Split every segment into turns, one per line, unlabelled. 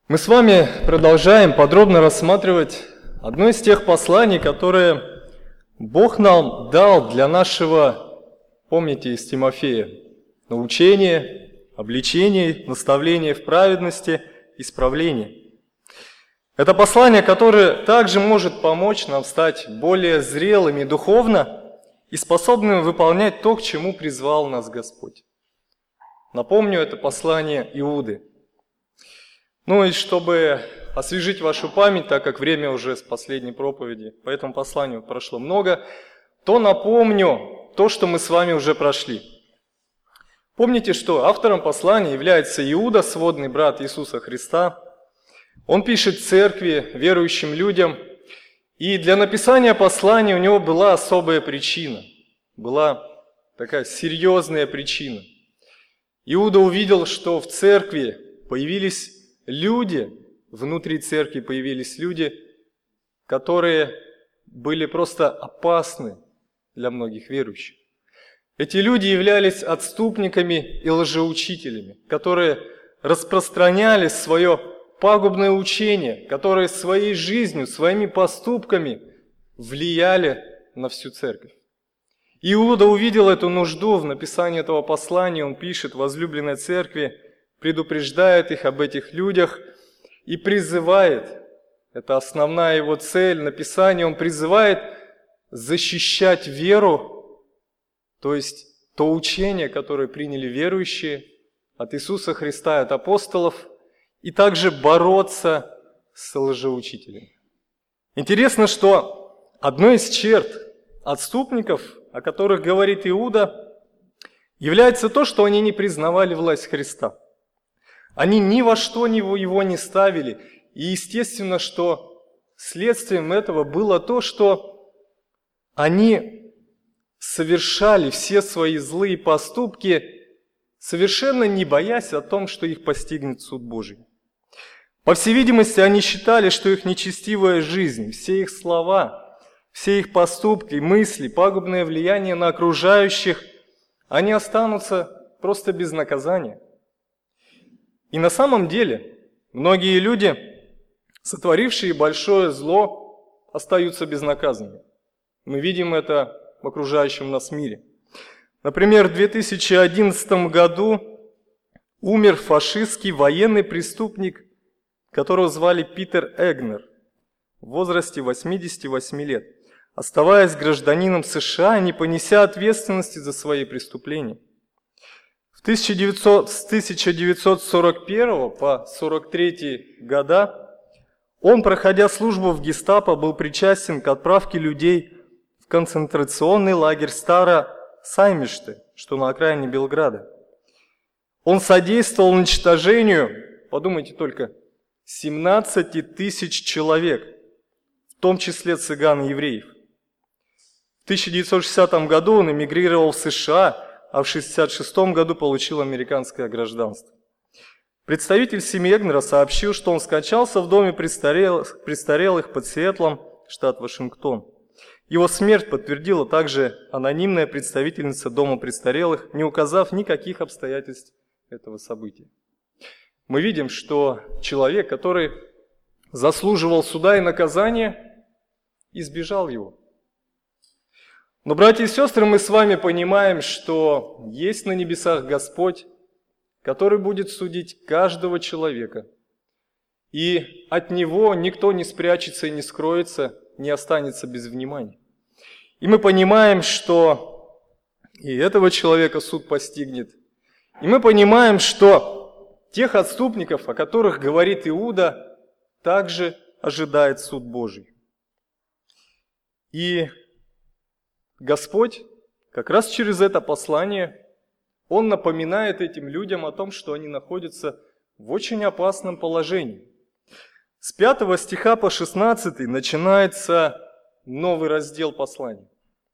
Мы с вами продолжаем подробно рассматривать одно из тех посланий, которые Бог нам дал для нашего, помните, из Тимофея, научения, обличения, наставления в праведности, исправления. Это послание, которое также может помочь нам стать более зрелыми духовно и способными выполнять то, к чему призвал нас Господь. Напомню, это послание Иуды. Ну и чтобы освежить вашу память, так как время уже с последней проповеди, по этому посланию прошло много, то напомню то, что мы с вами уже прошли. Помните, что автором послания является Иуда, сводный брат Иисуса Христа. Он пишет церкви, верующим людям, и для написания послания у него была особая причина, была такая серьезная причина. Иуда увидел, что в церкви появились люди, внутри церкви появились люди, которые были просто опасны для многих верующих. Эти люди являлись отступниками и лжеучителями, которые распространяли свое пагубное учение, которые своей жизнью, своими поступками влияли на всю церковь. Иуда увидел эту нужду в написании этого послания, он пишет возлюбленной церкви, предупреждает их об этих людях и призывает, это основная его цель написания, он призывает защищать веру, то есть то учение, которое приняли верующие от Иисуса Христа и от апостолов, и также бороться с лжеучителями. Интересно, что одной из черт отступников, о которых говорит Иуда, является то, что они не признавали власть Христа. Они ни во что его не ставили. И естественно, что следствием этого было то, что они совершали все свои злые поступки, совершенно не боясь о том, что их постигнет суд Божий. По всей видимости, они считали, что их нечестивая жизнь, все их слова, все их поступки, мысли, пагубное влияние на окружающих, они останутся просто без наказания. И на самом деле, многие люди, сотворившие большое зло, остаются безнаказанными. Мы видим это в окружающем нас мире. Например, в 2011 году умер фашистский военный преступник, которого звали Питер Эгнер, в возрасте 88 лет, оставаясь гражданином США, не понеся ответственности за свои преступления. С 1941 по 1943 года он, проходя службу в гестапо, был причастен к отправке людей в концентрационный лагерь Старо-Саймиште, что на окраине Белграда. Он содействовал уничтожению, подумайте только, 17 тысяч человек, в том числе цыган и евреев. В 1960 году он эмигрировал в США, а в 1966 году получил американское гражданство. Представитель семьи Эгнера сообщил, что он скончался в доме престарелых под Сиэтлом, штат Вашингтон. Его смерть подтвердила также анонимная представительница дома престарелых, не указав никаких обстоятельств этого события. Мы видим, что человек, который заслуживал суда и наказания, избежал его. Но, братья и сестры, мы с вами понимаем, что есть на небесах Господь, который будет судить каждого человека. И от Него никто не спрячется и не скроется, не останется без внимания. И мы понимаем, что и этого человека суд постигнет. И мы понимаем, что тех отступников, о которых говорит Иуда, также ожидает суд Божий. И Господь как раз через это послание, Он напоминает этим людям о том, что они находятся в очень опасном положении. С 5 стиха по 16 начинается новый раздел послания.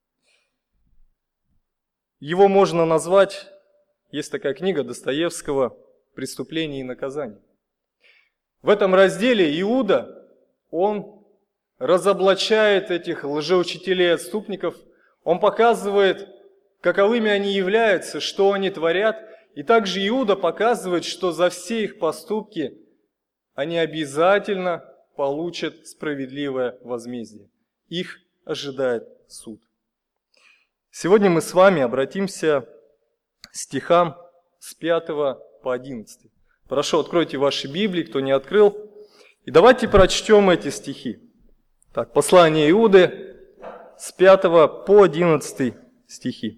Его можно назвать, есть такая книга Достоевского «Преступление и наказание». В этом разделе Иуда, он разоблачает этих лжеучителей и отступников. Он показывает, каковыми они являются, что они творят. И также Иуда показывает, что за все их поступки они обязательно получат справедливое возмездие. Их ожидает суд. Сегодня мы с вами обратимся к стихам с 5 по 11. Прошу, откройте ваши Библии, кто не открыл, и давайте прочтем эти стихи. Так, послание Иуды с 5 по 11 стихи.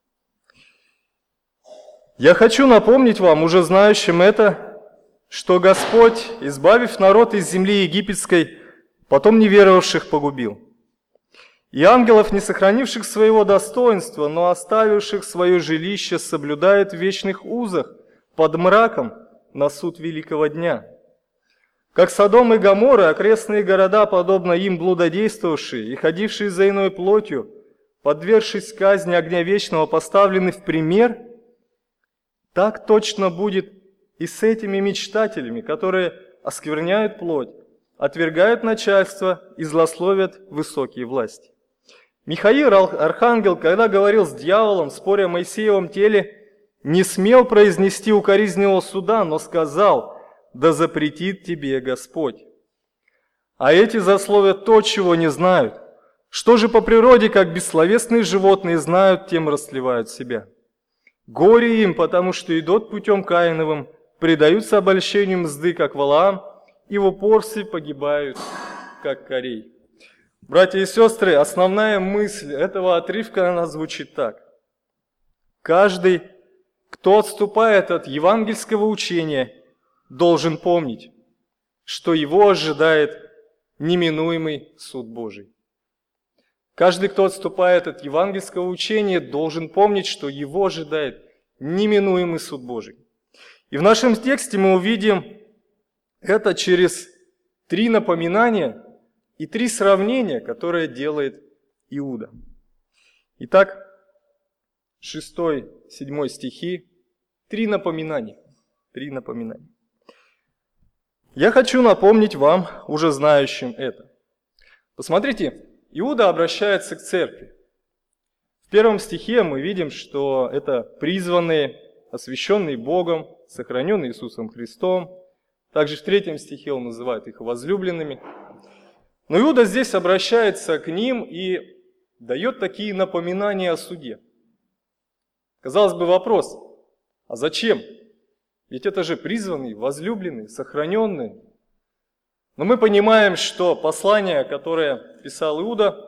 «Я хочу напомнить вам, уже знающим это, что Господь, избавив народ из земли египетской, потом неверовавших погубил. И ангелов, не сохранивших своего достоинства, но оставивших свое жилище, соблюдает в вечных узах под мраком на суд великого дня. Как Содом и Гоморра, окрестные города, подобно им блудодействовавшие и ходившие за иной плотью, подвергшись казни огня вечного, поставлены в пример, так точно будет и с этими мечтателями, которые оскверняют плоть, отвергают начальство и злословят высокие власти. Михаил, архангел, когда говорил с дьяволом, споря о Моисеевом теле, не смел произнести укоризненного суда, но сказал: «Да запретит тебе Господь». А эти злословят то, чего не знают. Что же по природе, как бессловесные животные знают, тем растлевают себя. Горе им, потому что идут путем Каиновым, предаются обольщению мзды, как Валаам, и в упорстве погибают, как Корей. Братья и сестры, основная мысль этого отрывка, она звучит так. Каждый, кто отступает от евангельского учения, должен помнить, что его ожидает неминуемый суд Божий. Каждый, кто отступает от евангельского учения, должен помнить, что его ожидает неминуемый суд Божий. И в нашем тексте мы увидим это через 3 напоминания и 3 сравнения, которые делает Иуда. Итак, 6-7 стихи, 3 напоминания. 3 напоминания. Я хочу напомнить вам, уже знающим это. Посмотрите, Иуда обращается к церкви. В 1 стихе мы видим, что это призванные, освященные Богом, сохраненные Иисусом Христом. Также в 3 стихе он называет их возлюбленными. Но Иуда здесь обращается к ним и дает такие напоминания о суде. Казалось бы, вопрос: а зачем? Ведь это же призванные, возлюбленные, сохраненные. Но мы понимаем, что послание, которое писал Иуда,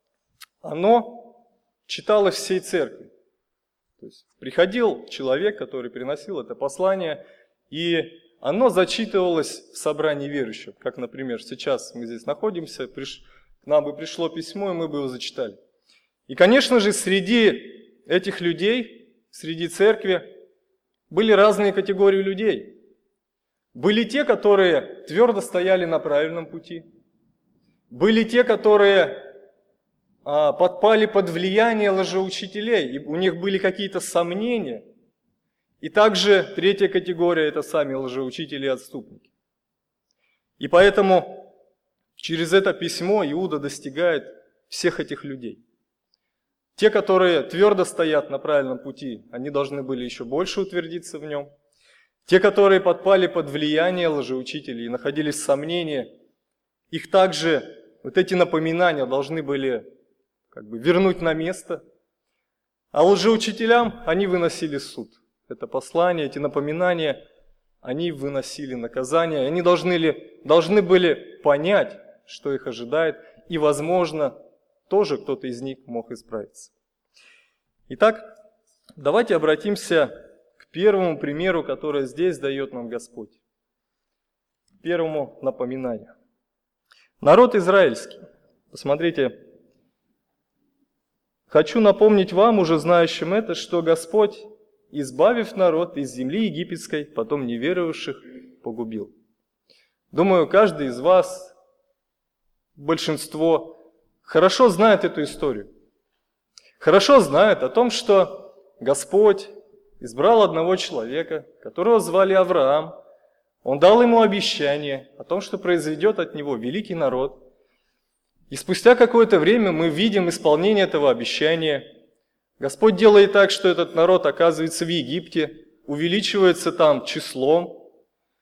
оно читалось всей церкви. То есть приходил человек, который приносил это послание, и оно зачитывалось в собрании верующих. Как, например, сейчас мы здесь находимся, к нам бы пришло письмо, и мы бы его зачитали. И, конечно же, среди этих людей, среди церкви, были разные категории людей. Были те, которые твердо стояли на правильном пути. Были те, которые подпали под влияние лжеучителей, и у них были какие-то сомнения. И также 3 категория – это сами лжеучители и отступники. И поэтому через это письмо Иуда достигает всех этих людей. Те, которые твердо стоят на правильном пути, они должны были еще больше утвердиться в нем. Те, которые подпали под влияние лжеучителей и находились в сомнении, их также, вот эти напоминания должны были вернуть на место. А лжеучителям они выносили суд. Это послание, эти напоминания, они выносили наказание. Они должны были понять, что их ожидает, и, возможно, тоже кто-то из них мог исправиться. Итак, давайте обратимся к первому примеру, который здесь дает нам Господь. К первому напоминанию. Народ израильский. Посмотрите, хочу напомнить вам, уже знающим это, что Господь, избавив народ из земли египетской, потом неверовавших, погубил. Думаю, каждый из вас, большинство, хорошо знает эту историю. Хорошо знает о том, что Господь избрал одного человека, которого звали Авраам. Он дал ему обещание о том, что произведет от него великий народ. И спустя какое-то время мы видим исполнение этого обещания. Господь делает так, что этот народ оказывается в Египте, увеличивается там числом.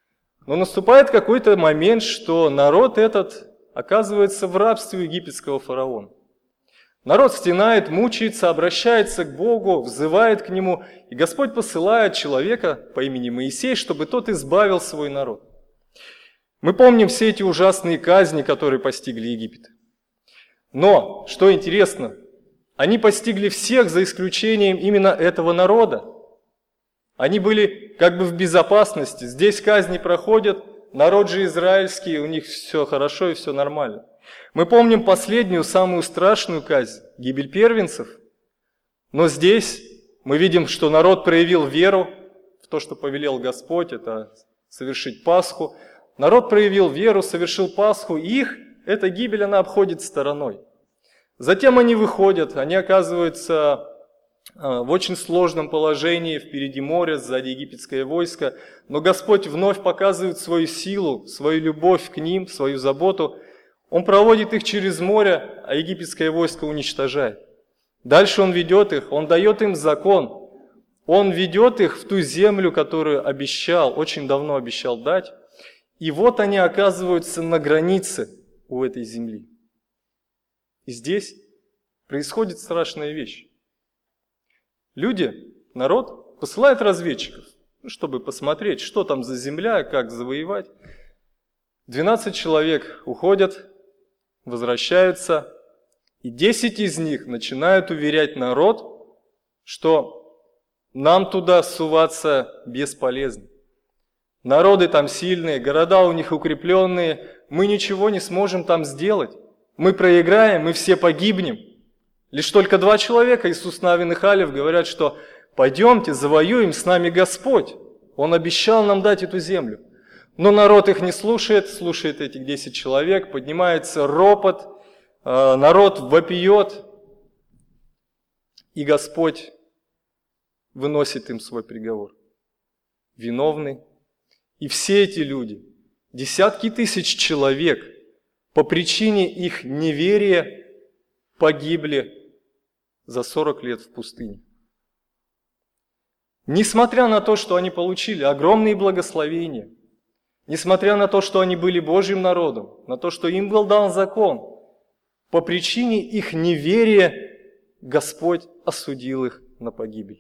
Но наступает какой-то момент, что народ этот оказывается в рабстве у египетского фараона. Народ стенает, мучается, обращается к Богу, взывает к Нему, и Господь посылает человека по имени Моисей, чтобы тот избавил свой народ. Мы помним все эти ужасные казни, которые постигли Египет. Но, что интересно, они постигли всех за исключением именно этого народа. Они были как бы в безопасности. Здесь казни проходят, народ же израильский, у них все хорошо и все нормально. Мы помним последнюю, самую страшную казнь, гибель первенцев. Но здесь мы видим, что народ проявил веру в то, что повелел Господь, это совершить Пасху. Народ проявил веру, совершил Пасху, и их эта гибель, она обходит стороной. Затем они выходят, они оказываются в очень сложном положении, впереди море, сзади египетское войско, но Господь вновь показывает свою силу, свою любовь к ним, свою заботу. Он проводит их через море, а египетское войско уничтожает. Дальше Он ведет их, Он дает им закон. Он ведет их в ту землю, которую обещал, очень давно обещал дать. И вот они оказываются на границе у этой земли. И здесь происходит страшная вещь. Люди, народ, посылают разведчиков, чтобы посмотреть, что там за земля, как завоевать. 12 человек уходят, возвращаются, и 10 из них начинают уверять народ, что нам туда суваться бесполезно. Народы там сильные, города у них укрепленные, мы ничего не сможем там сделать. Мы проиграем, мы все погибнем. Лишь только 2 человека, Иисус Навин и Халев, говорят, что пойдемте, завоюем, с нами Господь. Он обещал нам дать эту землю. Но народ их не слушает, слушает этих 10 человек, поднимается ропот, народ вопиет, и Господь выносит им свой приговор. Виновны. И все эти люди, десятки тысяч человек, по причине их неверия погибли за 40 лет в пустыне. Несмотря на то, что они получили огромные благословения, несмотря на то, что они были Божьим народом, на то, что им был дан закон, по причине их неверия Господь осудил их на погибель.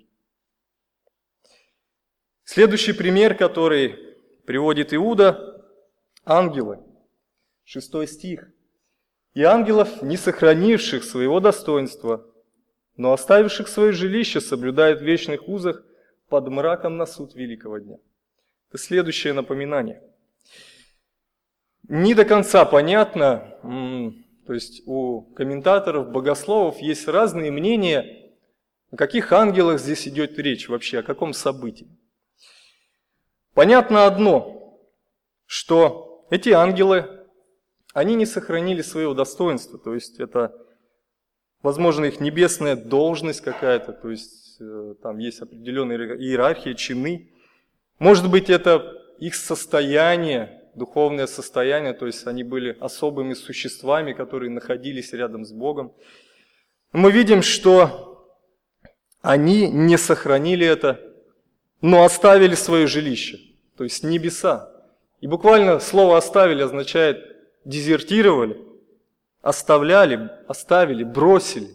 Следующий пример, который приводит Иуда, ангелы. 6 стих. «И ангелов, не сохранивших своего достоинства, но оставивших свое жилище, соблюдают в вечных узах под мраком на суд великого дня». Это следующее напоминание. Не до конца понятно, то есть у комментаторов, богословов есть разные мнения, о каких ангелах здесь идет речь вообще, о каком событии. Понятно одно, что эти ангелы, они не сохранили своего достоинства, то есть это, возможно, их небесная должность какая-то, то есть там есть определенная иерархия, чины. Может быть, это их состояние, духовное состояние, то есть они были особыми существами, которые находились рядом с Богом. Мы видим, что они не сохранили это, но оставили свое жилище, то есть небеса. И буквально слово «оставили» означает дезертировали, оставили, бросили.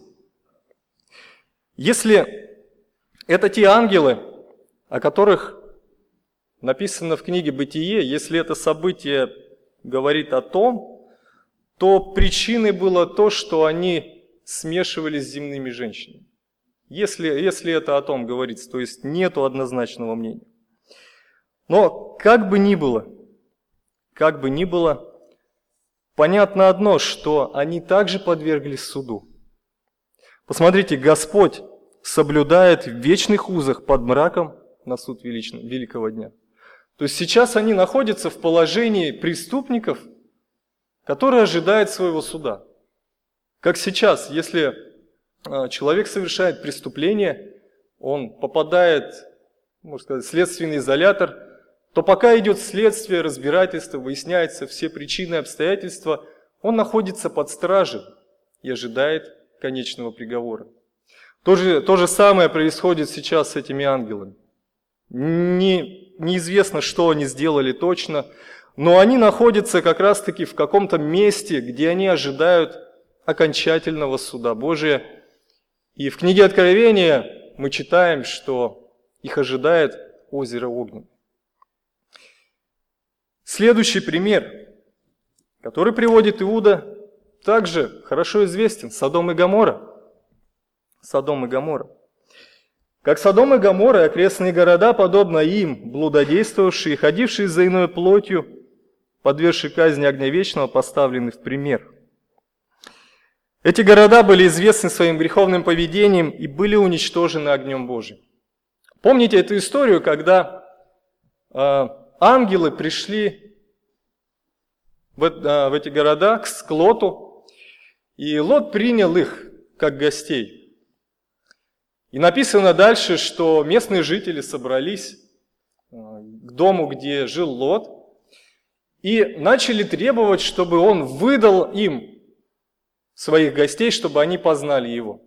Если это те ангелы, о которых написано в книге «Бытие», если это событие говорит о том, то причиной было то, что они смешивались с земными женщинами. Если это о том говорится, то есть нету однозначного мнения. Но как бы ни было, понятно одно, что они также подверглись суду. Посмотрите, Господь соблюдает в вечных узах под мраком на суд великого дня. То есть сейчас они находятся в положении преступников, которые ожидают своего суда. Как сейчас, если человек совершает преступление, он попадает, можно сказать, в следственный изолятор, то пока идет следствие, разбирательство, выясняются все причины и обстоятельства, он находится под стражей и ожидает конечного приговора. То же самое происходит сейчас с этими ангелами. неизвестно, что они сделали точно, но они находятся как раз-таки в каком-то месте, где они ожидают окончательного суда Божия. И в книге Откровения мы читаем, что их ожидает озеро огненное. Следующий пример, который приводит Иуда, также хорошо известен – Содом и Гоморра. Содом и Гоморра. Как Содом и Гоморра и окрестные города, подобно им, блудодействовавшие, ходившие за иной плотью, подвергшие казни огня вечного, поставлены в пример. Эти города были известны своим греховным поведением и были уничтожены огнем Божьим. Помните эту историю, когда ангелы пришли в эти города к Лоту, и Лот принял их как гостей. И написано дальше, что местные жители собрались к дому, где жил Лот, и начали требовать, чтобы он выдал им своих гостей, чтобы они познали его.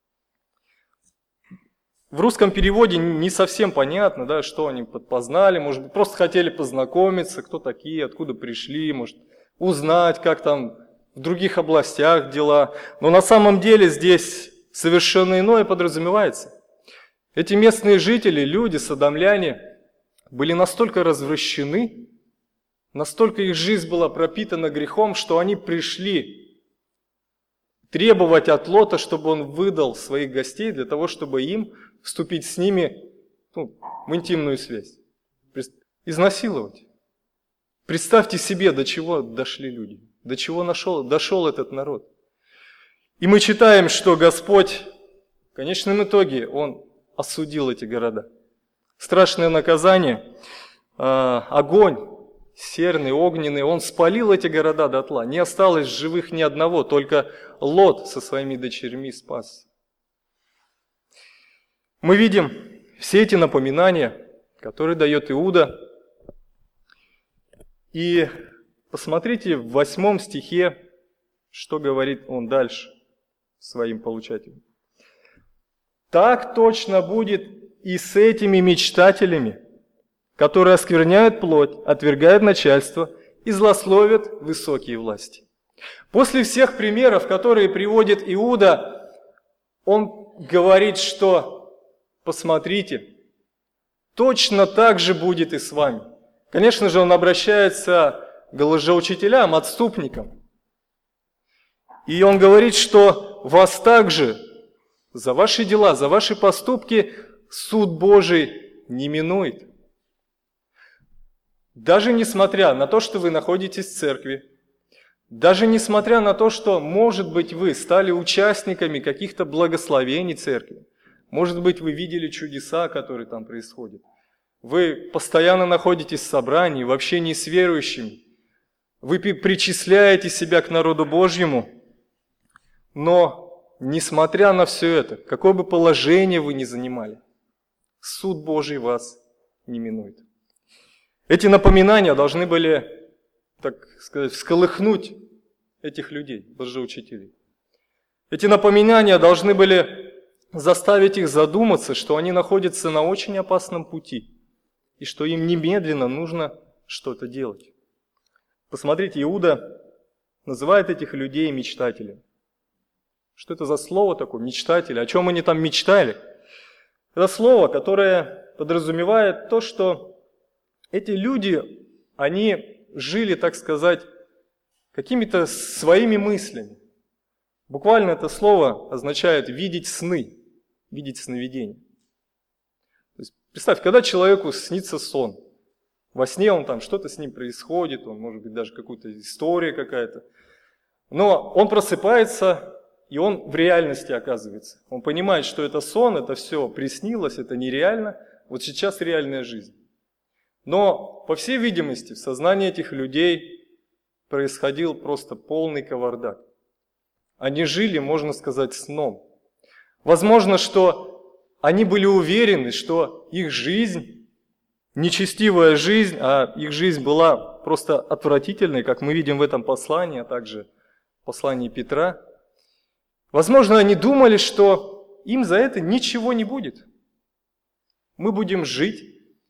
В русском переводе не совсем понятно, да, что они познали, может быть, просто хотели познакомиться, кто такие, откуда пришли, может, узнать, как там в других областях дела. Но на самом деле здесь совершенно иное подразумевается. Эти местные жители, люди, содомляне, были настолько развращены, настолько их жизнь была пропитана грехом, что они пришли требовать от Лота, чтобы он выдал своих гостей для того, чтобы им вступить с ними в интимную связь. Изнасиловать. Представьте себе, до чего дошли люди, до чего дошел этот народ. И мы читаем, что Господь в конечном итоге, Он осудил эти города. Страшное наказание, огонь серный, огненный, Он спалил эти города дотла. Не осталось живых ни одного, только Лот со своими дочерьми спас. Мы видим все эти напоминания, которые дает Иуда. И посмотрите в 8 стихе, что говорит он дальше своим получателям. «Так точно будет и с этими мечтателями, которые оскверняют плоть, отвергают начальство и злословят высокие власти». После всех примеров, которые приводит Иуда, он говорит, что посмотрите, точно так же будет и с вами. Конечно же, он обращается к лжеучителям, отступникам. И он говорит, что вас также за ваши дела, за ваши поступки суд Божий не минует. Даже несмотря на то, что вы находитесь в церкви, даже несмотря на то, что, может быть, вы стали участниками каких-то благословений церкви, может быть, вы видели чудеса, которые там происходят, вы постоянно находитесь в собрании, в общении с верующими, вы причисляете себя к народу Божьему, но, несмотря на все это, какое бы положение вы ни занимали, суд Божий вас не минует. Эти напоминания должны были, так сказать, всколыхнуть этих людей, лжеучителей. Эти напоминания должны были заставить их задуматься, что они находятся на очень опасном пути, и что им немедленно нужно что-то делать. Посмотрите, Иуда называет этих людей мечтателями. Что это за слово такое, мечтатели? О чем они там мечтали? Это слово, которое подразумевает то, что эти люди, они жили, так сказать, какими-то своими мыслями. Буквально это слово означает видеть сны, видеть сновидения. То есть, представь, когда человеку снится сон, во сне он там, что-то с ним происходит, он, может быть, даже какая-то история какая-то, но он просыпается, и он в реальности оказывается. Он понимает, что это сон, это все приснилось, это нереально, вот сейчас реальная жизнь. Но, по всей видимости, в сознании этих людей происходил просто полный кавардак. Они жили, можно сказать, сном. Возможно, что они были уверены, что их жизнь, нечестивая жизнь, а их жизнь была просто отвратительной, как мы видим в этом послании, а также в послании Петра. Возможно, они думали, что им за это ничего не будет. Мы будем жить,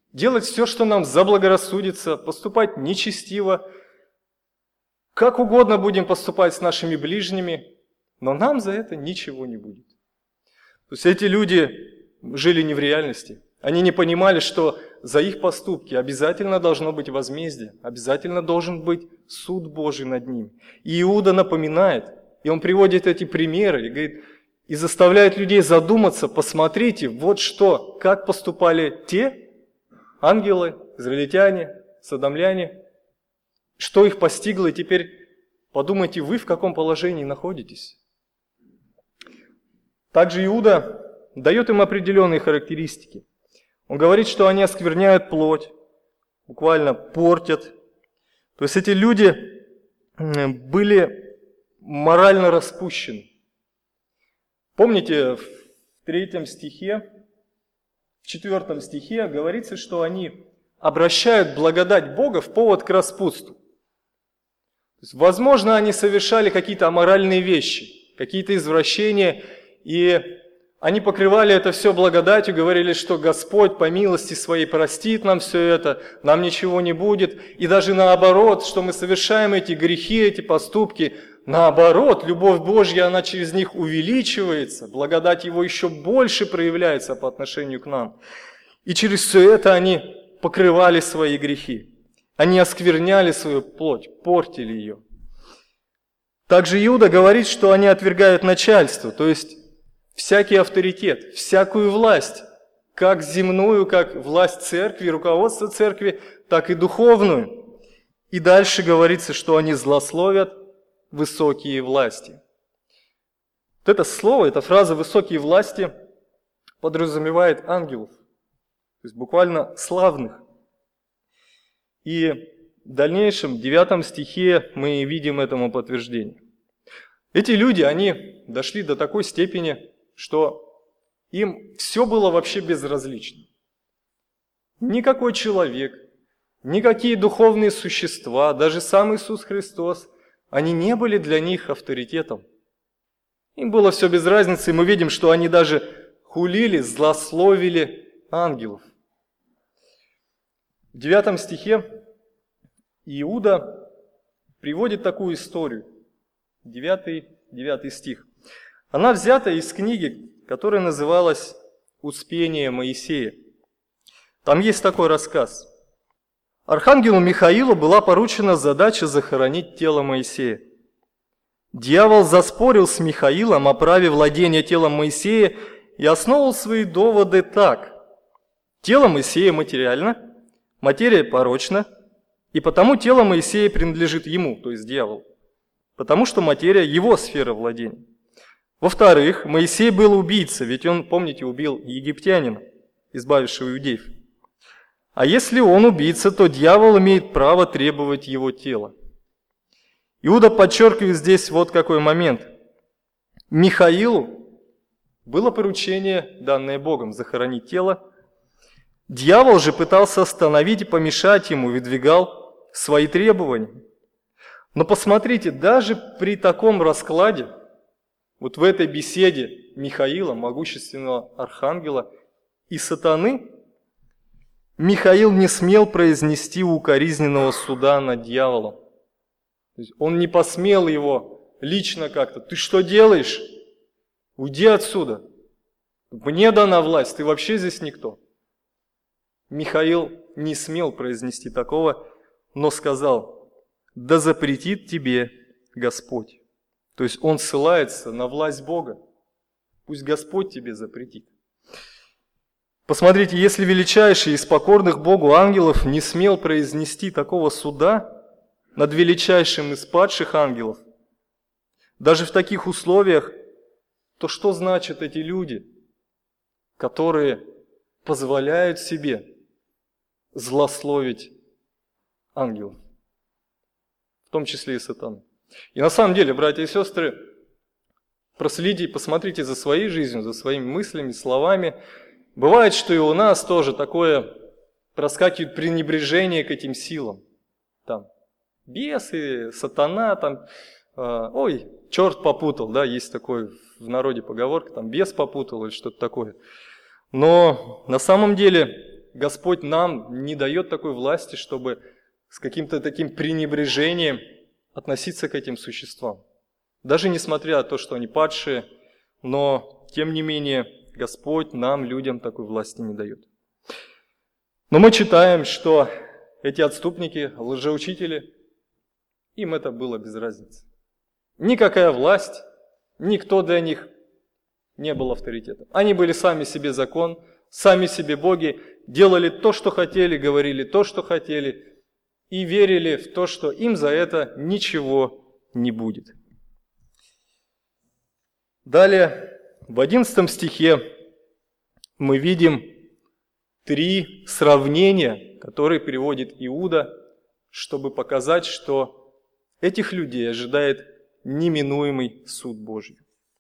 делать все, что нам заблагорассудится, поступать нечестиво, как угодно будем поступать с нашими ближними, но нам за это ничего не будет. То есть эти люди жили не в реальности. Они не понимали, что за их поступки обязательно должно быть возмездие, обязательно должен быть суд Божий над ними. И Иуда напоминает, и он приводит эти примеры, и говорит, и заставляет людей задуматься, посмотрите, вот что, как поступали те ангелы, израильтяне, содомляне, что их постигло, и теперь подумайте, вы в каком положении находитесь. Также Иуда дает им определенные характеристики. Он говорит, что они оскверняют плоть, буквально портят. То есть эти люди были морально распущены. Помните, в 3 стихе, в 4 стихе говорится, что они обращают благодать Бога в повод к распутству. То есть, возможно, они совершали какие-то аморальные вещи, какие-то извращения, и они покрывали это все благодатью, говорили, что Господь по милости Своей простит нам все это, нам ничего не будет. И даже наоборот, что мы совершаем эти грехи, эти поступки, наоборот, любовь Божья, она через них увеличивается, благодать Его еще больше проявляется по отношению к нам. И через все это они покрывали свои грехи. Они оскверняли свою плоть, портили ее. Также Иуда говорит, что они отвергают начальство, то есть всякий авторитет, всякую власть, как земную, как власть церкви, руководство церкви, так и духовную. И дальше говорится, что они злословят высокие власти. Вот это слово, эта фраза «высокие власти» подразумевает ангелов, то есть буквально славных. И в дальнейшем, в 9 стихе, мы видим этому подтверждение. Эти люди, они дошли до такой степени, что им все было вообще безразлично. Никакой человек, никакие духовные существа, даже сам Иисус Христос, они не были для них авторитетом. Им было все без разницы, и мы видим, что они даже хулили, злословили ангелов. В 9 стихе Иуда приводит такую историю. 9 стих. Она взята из книги, которая называлась «Успение Моисея». Там есть такой рассказ. Архангелу Михаилу была поручена задача захоронить тело Моисея. Дьявол заспорил с Михаилом о праве владения телом Моисея и основал свои доводы так. Тело Моисея материально, материя порочна, и потому тело Моисея принадлежит ему, то есть дьяволу, потому что материя – его сфера владения. Во-вторых, Моисей был убийца, ведь он, помните, убил египтянина, избавившего иудеев. А если он убийца, то дьявол имеет право требовать его тела. Иуда подчеркивает здесь вот какой момент. Михаилу было поручение, данное Богом, захоронить тело. Дьявол же пытался остановить и помешать ему, выдвигал свои требования. Но посмотрите, даже при таком раскладе, вот в этой беседе Михаила, могущественного архангела, и сатаны, Михаил не смел произнести укоризненного суда над дьяволом. То есть он не посмел его лично как-то. Ты что делаешь? Уйди отсюда. Мне дана власть, ты вообще здесь никто. Михаил не смел произнести такого, но сказал: да запретит тебе Господь. То есть он ссылается на власть Бога. Пусть Господь тебе запретит. Посмотрите, если величайший из покорных Богу ангелов не смел произнести такого суда над величайшим из падших ангелов, даже в таких условиях, то что значат эти люди, которые позволяют себе злословить ангелов, в том числе и сатану? И на самом деле, братья и сестры, проследите, посмотрите за своей жизнью, за своими мыслями, словами. Бывает, что и у нас тоже такое проскакивает пренебрежение к этим силам. Там бесы, сатана, там, ой, черт попутал, да, есть такой в народе поговорка, там бес попутал или что-то такое. Но на самом деле Господь нам не дает такой власти, чтобы с каким-то таким пренебрежением относиться к этим существам. Даже несмотря на то, что они падшие, но тем не менее Господь нам, людям, такой власти не дает. Но мы читаем, что эти отступники, лжеучители, им это было без разницы. Никакая власть, никто для них не был авторитетом. Они были сами себе закон, сами себе боги, делали то, что хотели, говорили то, что хотели, и верили в то, что им за это ничего не будет. Далее, в 11 стихе мы видим 3 сравнения, которые приводит Иуда, чтобы показать, что этих людей ожидает неминуемый суд Божий.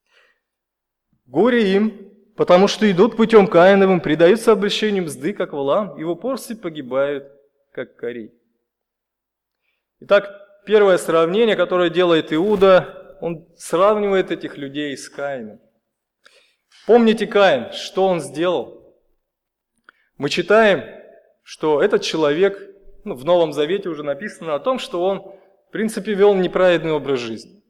«Горе им, потому что идут путем Каиновым, предаются обольщению мзды, как Валаам, и в упорстве погибают, как Корей». Итак, первое сравнение, которое делает Иуда, он сравнивает этих людей с Каином. Помните Каин, что он сделал? Мы читаем, что этот человек, в Новом Завете уже написано о том, что он, в принципе, вел неправедный образ жизни.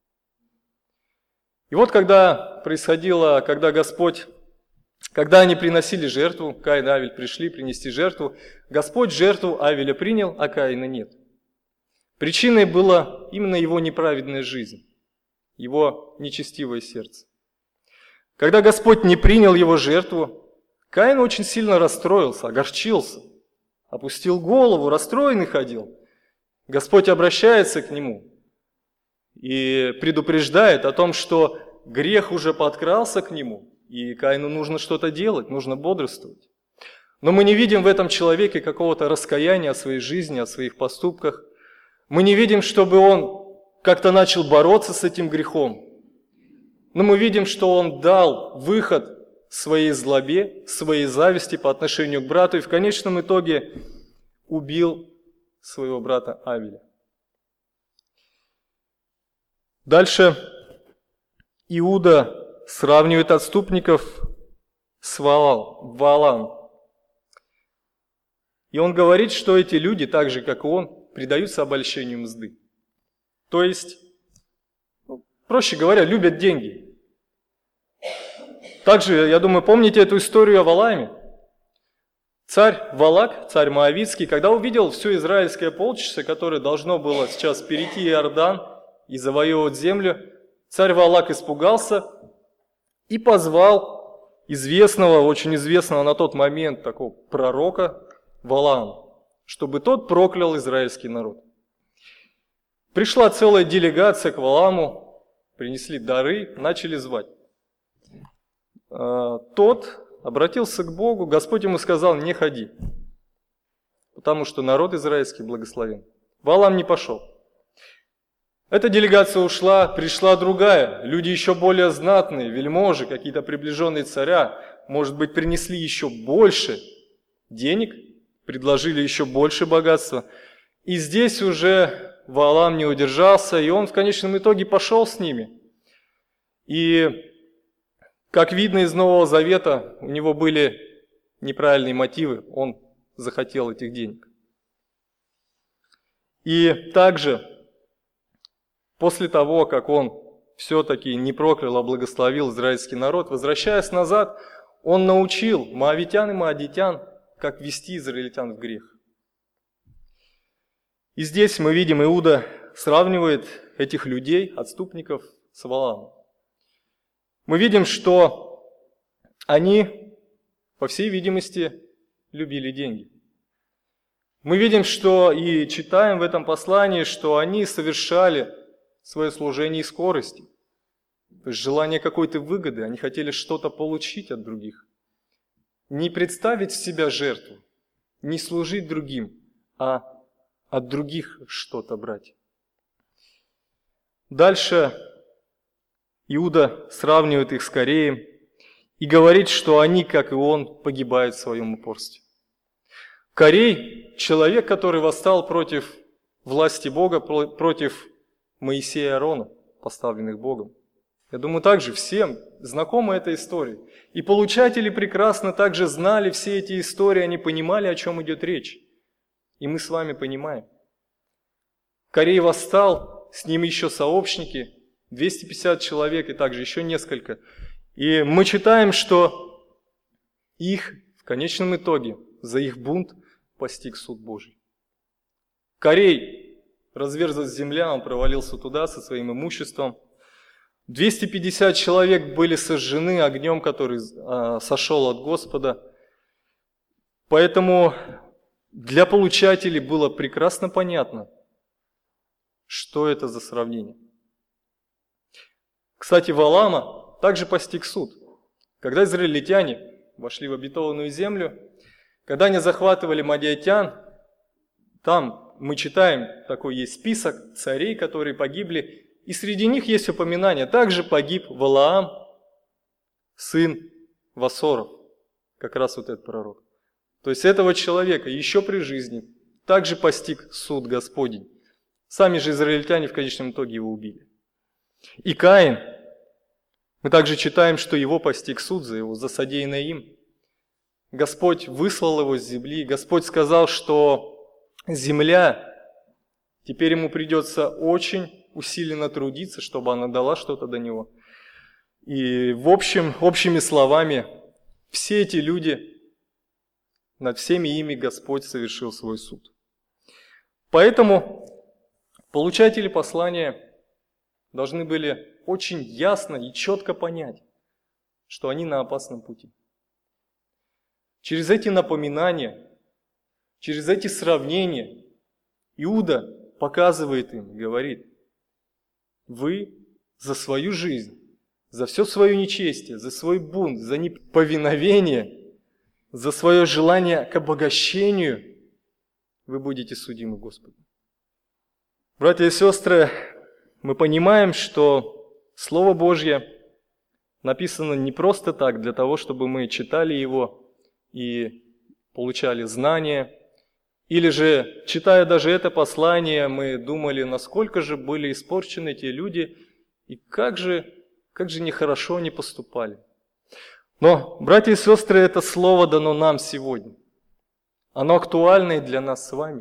И вот когда происходило, когда они приносили жертву, Каин и Авель пришли принести жертву, Господь жертву Авеля принял, а Каина нет. Причиной была именно его неправедная жизнь, его нечестивое сердце. Когда Господь не принял его жертву, Каин очень сильно расстроился, огорчился, опустил голову, расстроенный ходил. Господь обращается к нему и предупреждает о том, что грех уже подкрался к нему, и Каину нужно что-то делать, нужно бодрствовать. Но мы не видим в этом человеке какого-то раскаяния о своей жизни, о своих поступках. Мы не видим, чтобы он как-то начал бороться с этим грехом. Но мы видим, что он дал выход своей злобе, своей зависти по отношению к брату и в конечном итоге убил своего брата Авеля. Дальше Иуда сравнивает отступников с Валаам. И он говорит, что эти люди, так же как и он, предаются обольщению мзды. То есть, проще говоря, любят деньги. Также, я думаю, помните эту историю о Валааме? Царь Валак, царь Моавитский, когда увидел все израильское полчище, которое должно было сейчас перейти Иордан и завоевывать землю, царь Валак испугался и позвал очень известного на тот момент такого пророка Валаама, чтобы тот проклял израильский народ. Пришла целая делегация к Валааму, принесли дары, начали звать. Тот обратился к Богу, Господь ему сказал: не ходи, потому что народ израильский благословен. Валаам не пошел. Эта делегация ушла, пришла другая, люди еще более знатные, вельможи, какие-то приближенные царя, может быть, принесли еще больше денег, предложили еще больше богатства. И здесь уже Валаам не удержался, и он в конечном итоге пошел с ними. И, как видно из Нового Завета, у него были неправильные мотивы, он захотел этих денег. И также, после того, как он все-таки не проклял, а благословил израильский народ, возвращаясь назад, он научил моавитян и моадитян, как вести израильтян в грех. И здесь мы видим, Иуда сравнивает этих людей, отступников, с Валаамом. Мы видим, что они, по всей видимости, любили деньги. Мы видим, что и читаем в этом послании, что они совершали свое служение из скорости. То есть желание какой-то выгоды, они хотели что-то получить от других. Не представить в себя жертву, не служить другим, а от других что-то брать. Дальше Иуда сравнивает их с Кореем и говорит, что они, как и он, погибают в своем упорстве. Корей – человек, который восстал против власти Бога, против Моисея и Аарона, поставленных Богом. Я думаю, также всем знакома эта история. И получатели прекрасно также знали все эти истории, они понимали, о чем идет речь. И мы с вами понимаем. Корей восстал, с ним еще сообщники, 250 человек и также еще несколько. И мы читаем, что их в конечном итоге за их бунт постиг суд Божий. Корей разверзлась земля, он провалился туда со своим имуществом. 250 человек были сожжены огнем, который сошел от Господа. Поэтому для получателей было прекрасно понятно, что это за сравнение. Кстати, Валаама также постиг суд. Когда израильтяне вошли в обетованную землю, когда они захватывали мадиатян, там мы читаем, такой есть список царей, которые погибли, и среди них есть упоминание, также погиб Валаам, сын Васоров, как раз вот этот пророк. То есть этого человека еще при жизни также постиг суд Господень. Сами же израильтяне в конечном итоге его убили. И Каин, мы также читаем, что его постиг суд за содеянное им. Господь выслал его с земли, Господь сказал, что земля, теперь ему придется очень усиленно трудиться, чтобы она дала что-то до него. И в общем, общими словами, все эти люди, над всеми ими Господь совершил свой суд. Поэтому получатели послания должны были очень ясно и четко понять, что они на опасном пути. Через эти напоминания, через эти сравнения Иуда показывает им, говорит: вы за свою жизнь, за все свое нечестие, за свой бунт, за неповиновение, за свое желание к обогащению, вы будете судимы Господом. Братья и сестры, мы понимаем, что Слово Божье написано не просто так, для того, чтобы мы читали его и получали знания, или же, читая даже это послание, мы думали, насколько же были испорчены те люди, и как же нехорошо они поступали. Но, братья и сестры, это слово дано нам сегодня. Оно актуально и для нас с вами.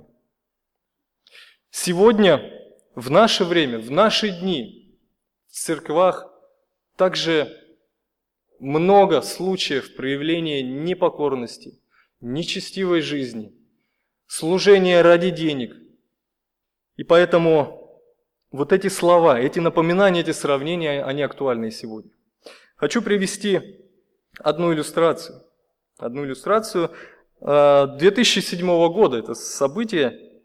Сегодня, в наше время, в наши дни, в церквах также много случаев проявления непокорности, нечестивой жизни, служение ради денег. И поэтому вот эти слова, эти напоминания, эти сравнения, они актуальны и сегодня. Хочу привести одну иллюстрацию. 2007 года, это событие.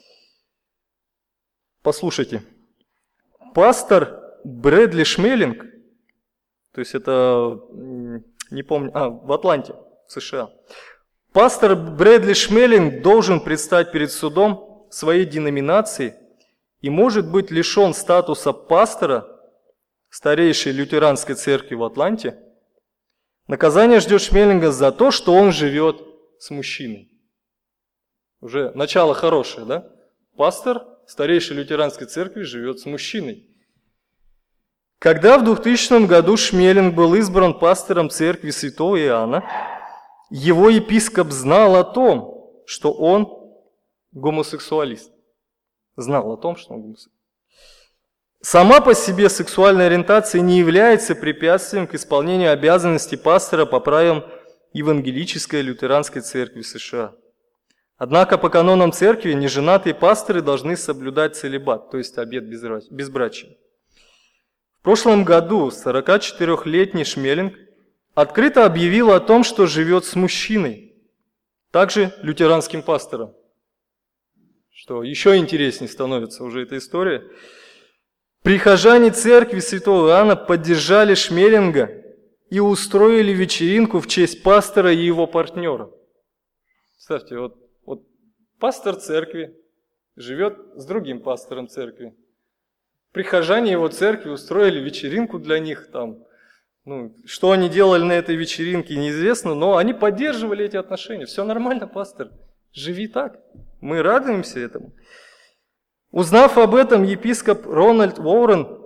Послушайте. Пастор Брэдли Шмелинг, то есть это, не помню, в Атланте, в США. Пастор Брэдли Шмелинг должен предстать перед судом своей деноминации и может быть лишен статуса пастора старейшей лютеранской церкви в Атланте. Наказание ждет Шмелинга за то, что он живет с мужчиной. Уже начало хорошее, да? Пастор старейшей лютеранской церкви живет с мужчиной. Когда в 2000 году Шмелинг был избран пастором церкви Святого Иоанна, его епископ знал о том, что он гомосексуалист. Знал о том, что он гомосексуалист. Сама по себе сексуальная ориентация не является препятствием к исполнению обязанностей пастора по правилам Евангелической лютеранской церкви США. Однако по канонам церкви неженатые пасторы должны соблюдать целибат, то есть обет безбрачия. В прошлом году 44-летний Шмелинг открыто объявил о том, что живет с мужчиной, также лютеранским пастором. Что еще интереснее становится уже эта история. Прихожане церкви Святого Иоанна поддержали Шмелинга и устроили вечеринку в честь пастора и его партнера. Представьте, вот пастор церкви живет с другим пастором церкви. Прихожане его церкви устроили вечеринку для них там. Что они делали на этой вечеринке, неизвестно, но они поддерживали эти отношения. Все нормально, пастор, живи так. Мы радуемся этому. Узнав об этом, епископ Рональд Уоррен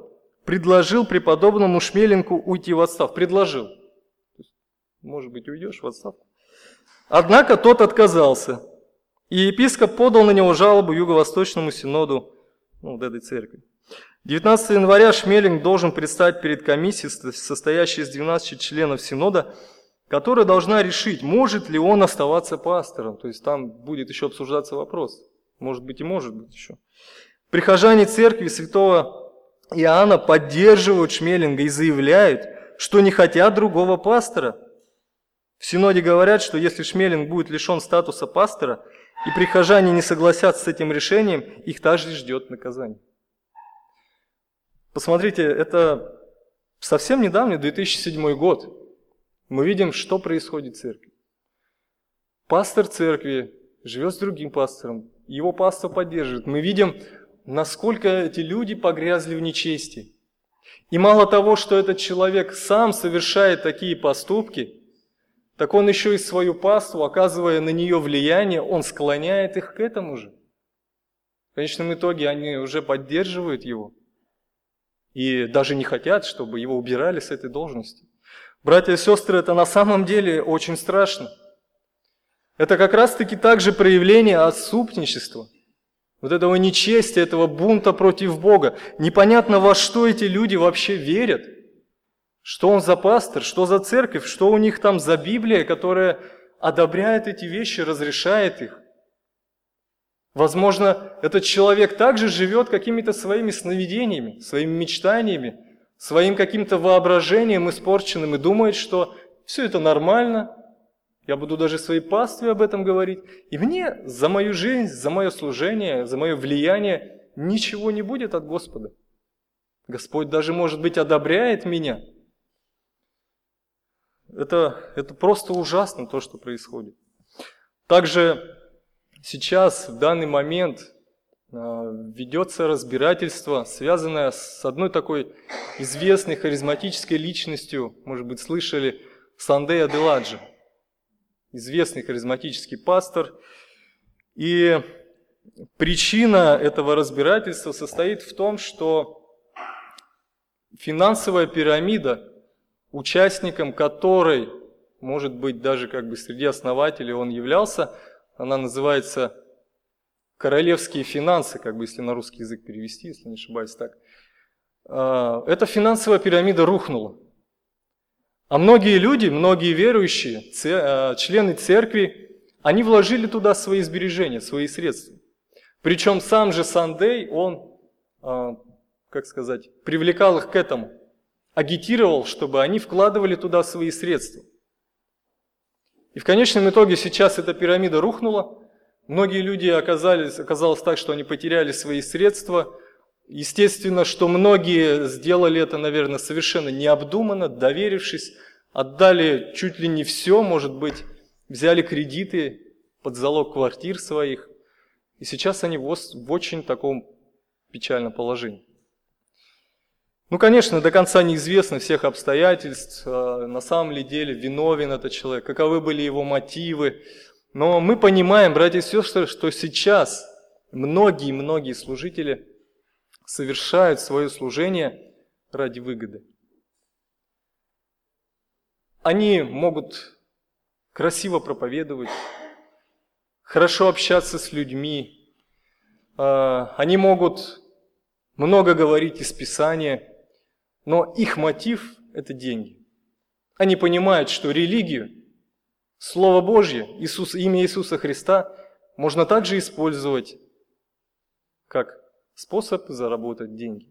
предложил преподобному Шмелинку уйти в отставку. Предложил. Может быть, уйдешь в отставку. Однако тот отказался. И епископ подал на него жалобу Юго-Восточному синоду этой церкви. 19 января Шмелинг должен предстать перед комиссией, состоящей из 12 членов синода, которая должна решить, может ли он оставаться пастором. То есть там будет еще обсуждаться вопрос. Может быть и может быть еще. Прихожане церкви святого Иоанна поддерживают Шмелинга и заявляют, что не хотят другого пастора. В синоде говорят, что если Шмелинг будет лишен статуса пастора, и прихожане не согласятся с этим решением, их также ждет наказание. Посмотрите, это совсем недавний, 2007 год. Мы видим, что происходит в церкви. Пастор церкви живет с другим пастором, его пастор поддерживает. Мы видим, насколько эти люди погрязли в нечестии. И мало того, что этот человек сам совершает такие поступки, так он еще и свою паству, оказывая на нее влияние, он склоняет их к этому же. В конечном итоге они уже поддерживают его и даже не хотят, чтобы его убирали с этой должности. Братья и сестры, это на самом деле очень страшно. Это как раз-таки также проявление отступничества, вот этого нечестия, этого бунта против Бога. Непонятно, во что эти люди вообще верят. Что он за пастор, что за церковь, что у них там за Библия, которая одобряет эти вещи, разрешает их. Возможно, этот человек также живет какими-то своими сновидениями, своими мечтаниями, своим каким-то воображением испорченным и думает, что все это нормально, я буду даже своей пастве об этом говорить, и мне за мою жизнь, за мое служение, за мое влияние ничего не будет от Господа. Господь даже, может быть, одобряет меня. Это просто ужасно, то, что происходит. Также сейчас, в данный момент, ведется разбирательство, связанное с одной такой известной харизматической личностью, может быть, слышали, Сандея Деладжи. Известный харизматический пастор. И причина этого разбирательства состоит в том, что финансовая пирамида, участником которой, может быть, даже среди основателей он являлся, она называется «Королевские финансы», если на русский язык перевести, если не ошибаюсь так. Эта финансовая пирамида рухнула. А многие люди, многие верующие, члены церкви, они вложили туда свои сбережения, свои средства. Причем сам же Сандей, он, привлекал их к этому, агитировал, чтобы они вкладывали туда свои средства. И в конечном итоге сейчас эта пирамида рухнула. Многие люди оказалось так, что они потеряли свои средства. Естественно, что многие сделали это, наверное, совершенно необдуманно, доверившись, отдали чуть ли не все, может быть, взяли кредиты под залог квартир своих. И сейчас они в очень таком печальном положении. Конечно, до конца неизвестно всех обстоятельств, на самом ли деле виновен этот человек, каковы были его мотивы. Но мы понимаем, братья и сестры, что сейчас многие служители совершают свое служение ради выгоды. Они могут красиво проповедовать, хорошо общаться с людьми, они могут много говорить из Писания, но их мотив – это деньги. Они понимают, что религию, Слово Божье, имя Иисуса Христа можно также использовать как способ заработать деньги.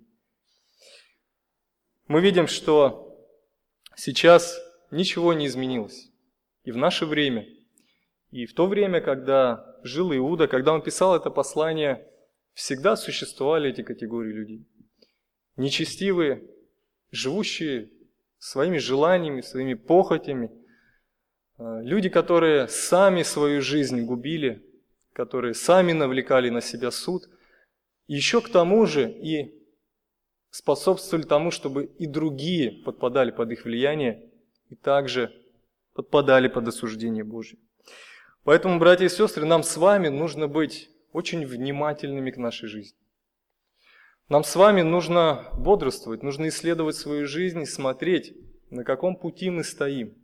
Мы видим, что сейчас ничего не изменилось. И в наше время, и в то время, когда жил Иуда, когда он писал это послание, всегда существовали эти категории людей. Нечестивые, живущие своими желаниями, своими похотями. Люди, которые сами свою жизнь губили, которые сами навлекали на себя суд. Еще к тому же и способствовали тому, чтобы и другие подпадали под их влияние и также подпадали под осуждение Божье. Поэтому, братья и сестры, нам с вами нужно быть очень внимательными к нашей жизни. Нам с вами нужно бодрствовать, нужно исследовать свою жизнь и смотреть, на каком пути мы стоим.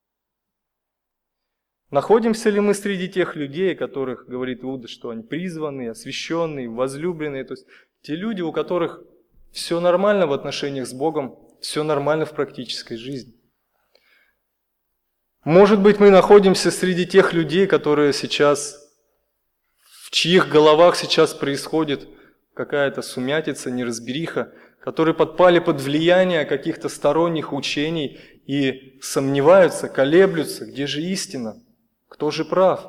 Находимся ли мы среди тех людей, о которых говорит Иуда, что они призванные, освященные, возлюбленные, то есть те люди, у которых все нормально в отношениях с Богом, все нормально в практической жизни. Может быть, мы находимся среди тех людей, которые сейчас, в чьих головах сейчас происходит какая-то сумятица, неразбериха, которые подпали под влияние каких-то сторонних учений и сомневаются, колеблются, где же истина, кто же прав.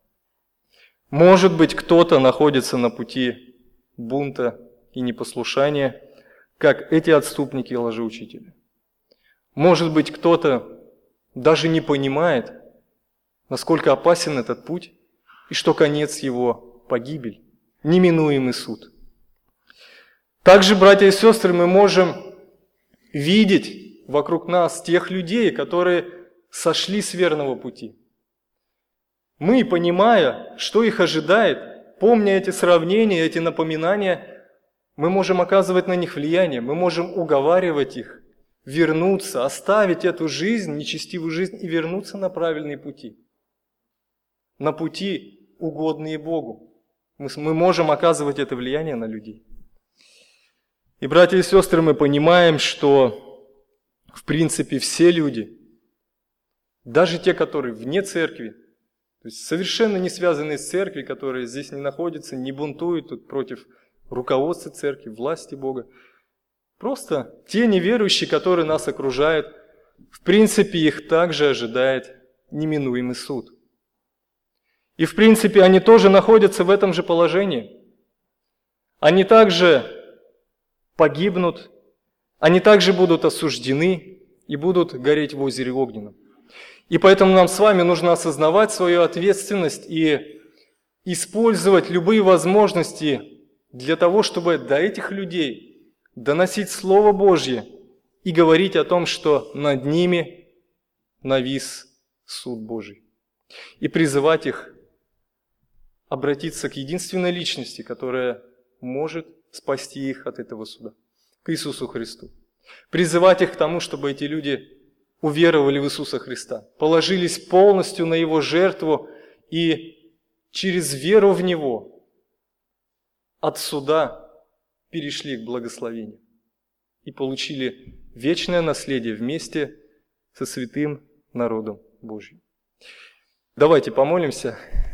Может быть, кто-то находится на пути бунта и непослушания, как эти отступники и лжеучители. Может быть, кто-то даже не понимает, насколько опасен этот путь, и что конец его – погибель, неминуемый суд. Также, братья и сестры, мы можем видеть вокруг нас тех людей, которые сошли с верного пути. Мы, понимая, что их ожидает, помня эти сравнения, эти напоминания, мы можем оказывать на них влияние, мы можем уговаривать их вернуться, оставить эту жизнь, нечестивую жизнь, и вернуться на правильные пути. На пути, угодные Богу. Мы можем оказывать это влияние на людей. И, братья и сестры, мы понимаем, что, в принципе, все люди, даже те, которые вне церкви, то есть совершенно не связанные с церковью, которые здесь не находятся, не бунтуют тут против руководства церкви, власти Бога, просто те неверующие, которые нас окружают, в принципе, их также ожидает неминуемый суд. И, в принципе, они тоже находятся в этом же положении. Они также погибнут, они также будут осуждены и будут гореть в озере огненном. И поэтому нам с вами нужно осознавать свою ответственность и использовать любые возможности для того, чтобы до этих людей доносить Слово Божье и говорить о том, что над ними навис суд Божий. И призывать их обратиться к единственной личности, которая может спасти их от этого суда, к Иисусу Христу. Призывать их к тому, чтобы эти люди уверовали в Иисуса Христа, положились полностью на Его жертву и через веру в Него от суда перешли к благословению и получили вечное наследие вместе со святым народом Божьим. Давайте помолимся.